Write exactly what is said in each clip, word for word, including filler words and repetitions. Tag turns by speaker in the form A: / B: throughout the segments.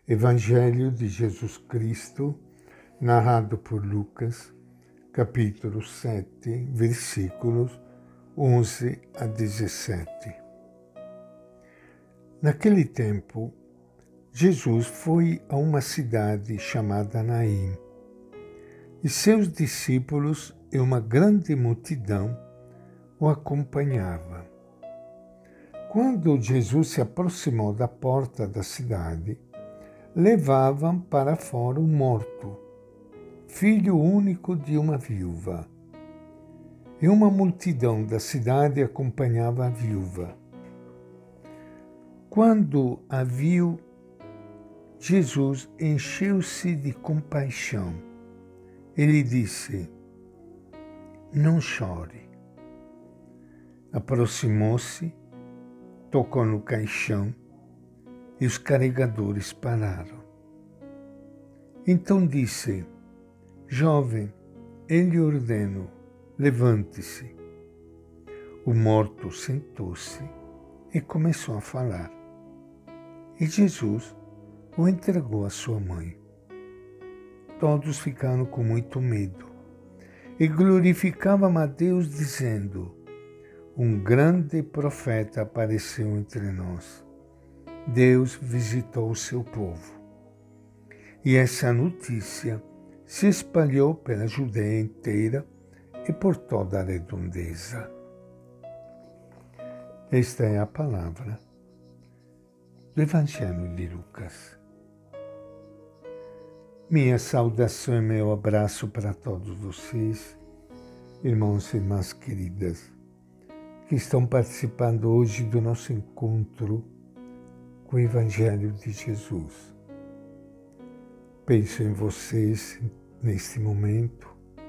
A: Evangelho de Jesus Cristo, narrado por Lucas, capítulo sete, versículos onze a dezessete. Naquele tempo, Jesus foi a uma cidade chamada Naim, e seus discípulos e uma grande multidão o acompanhava. Quando Jesus se aproximou da porta da cidade, levavam para fora um morto, filho único de uma viúva. E uma multidão da cidade acompanhava a viúva. Quando a viu, Jesus encheu-se de compaixão. Ele disse: "Não chore." Aproximou-se, tocou no caixão e os carregadores pararam. Então disse: "Jovem, eu lhe ordeno, levante-se." O morto sentou-se e começou a falar. E Jesus o entregou à sua mãe. Todos ficaram com muito medo e glorificavam a Deus, dizendo: "Um grande profeta apareceu entre nós. Deus visitou o seu povo." E essa notícia se espalhou pela Judeia inteira e por toda a redondeza. Esta é a palavra do Evangelho de Lucas. Minha saudação e meu abraço para todos vocês, irmãos e irmãs queridas, que estão participando hoje do nosso encontro com o Evangelho de Jesus. Penso em vocês neste momento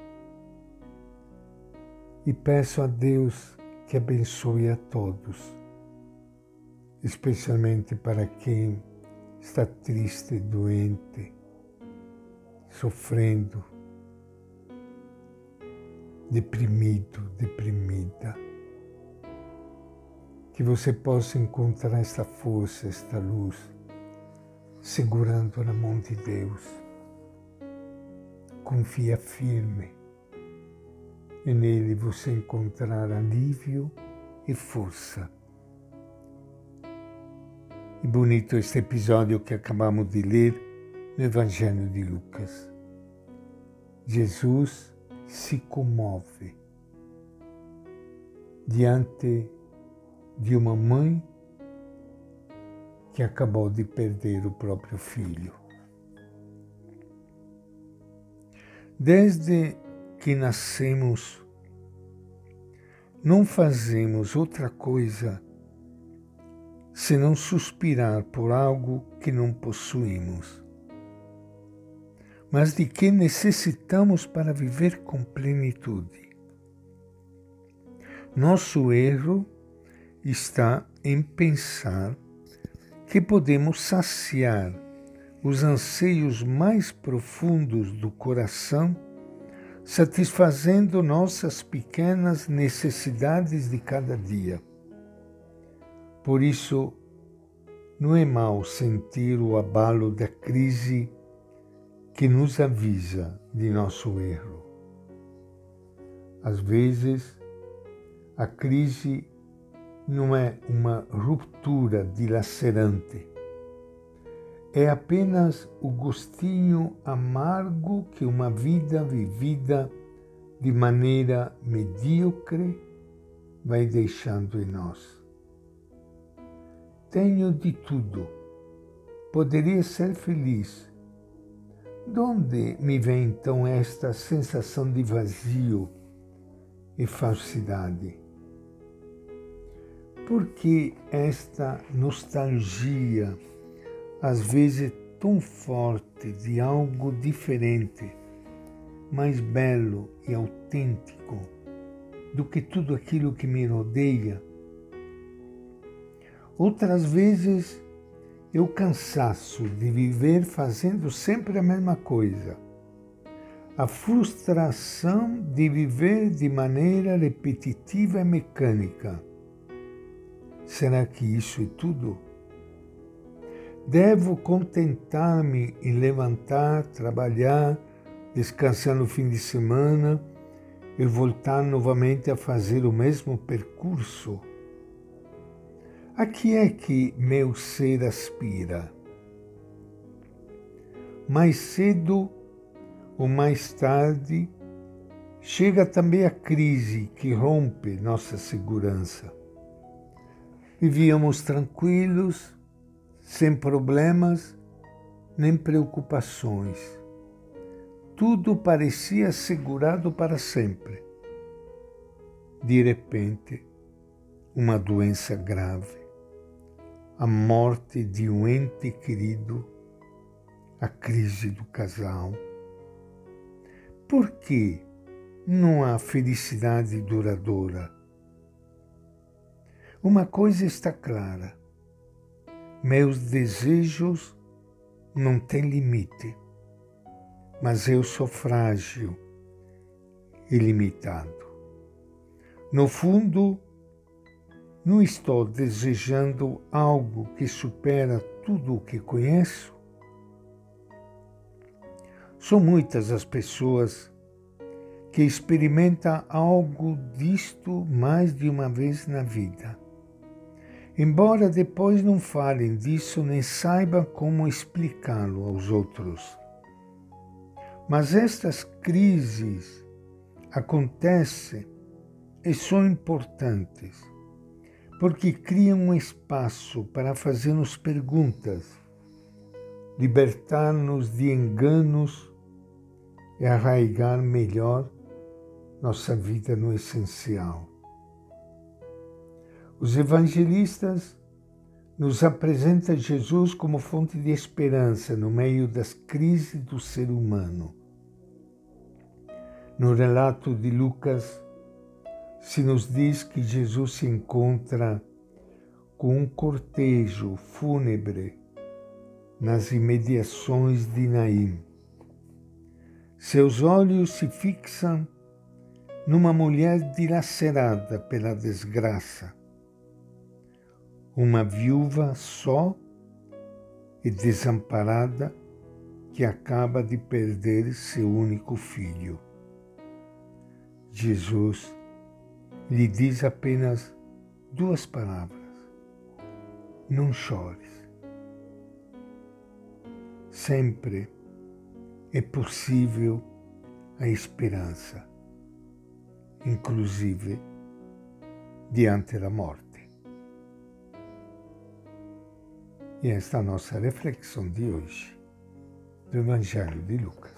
A: e peço a Deus que abençoe a todos, especialmente para quem está triste, doente, sofrendo, deprimido, deprimida. Que você possa encontrar esta força, esta luz, segurando na mão de Deus. Confia firme e nele você encontrará alívio e força. E bonito este episódio que acabamos de ler no Evangelho de Lucas. Jesus se comove diante de uma mãe que acabou de perder o próprio filho. Desde que nascemos, não fazemos outra coisa senão suspirar por algo que não possuímos, mas de que necessitamos para viver com plenitude. Nosso erro está em pensar que podemos saciar os anseios mais profundos do coração satisfazendo nossas pequenas necessidades de cada dia. Por isso, não é mal sentir o abalo da crise que nos avisa de nosso erro. Às vezes, a crise não é uma ruptura dilacerante, é apenas o gostinho amargo que uma vida vivida de maneira medíocre vai deixando em nós. Tenho de tudo, poderia ser feliz. De onde me vem então esta sensação de vazio e falsidade? Por que esta nostalgia, às vezes tão forte, de algo diferente, mais belo e autêntico do que tudo aquilo que me rodeia? Outras vezes é o cansaço de viver fazendo sempre a mesma coisa, a frustração de viver de maneira repetitiva e mecânica. Será que isso é tudo? Devo contentar-me em levantar, trabalhar, descansar no fim de semana e voltar novamente a fazer o mesmo percurso? A que é que meu ser aspira? Mais cedo ou mais tarde, chega também a crise que rompe nossa segurança. Vivíamos tranquilos, sem problemas nem preocupações. Tudo parecia assegurado para sempre. De repente, uma doença grave, a morte de um ente querido, a crise do casal. Por que não há felicidade duradoura? Uma coisa está clara: meus desejos não têm limite, mas eu sou frágil e limitado. No fundo, não estou desejando algo que supera tudo o que conheço? São muitas as pessoas que experimentam algo disto mais de uma vez na vida, embora depois não falem disso nem saibam como explicá-lo aos outros. Mas estas crises acontecem e são importantes, porque criam um espaço para fazer-nos perguntas, libertar-nos de enganos e arraigar melhor nossa vida no essencial. Os evangelistas nos apresentam Jesus como fonte de esperança no meio das crises do ser humano. No relato de Lucas, se nos diz que Jesus se encontra com um cortejo fúnebre nas imediações de Naim. Seus olhos se fixam numa mulher dilacerada pela desgraça, uma viúva só e desamparada que acaba de perder seu único filho. Jesus lhe diz apenas duas palavras: não chores. Sempre é possível a esperança, inclusive diante da morte. E esta é a nossa reflexão de hoje do Evangelho de Lucas.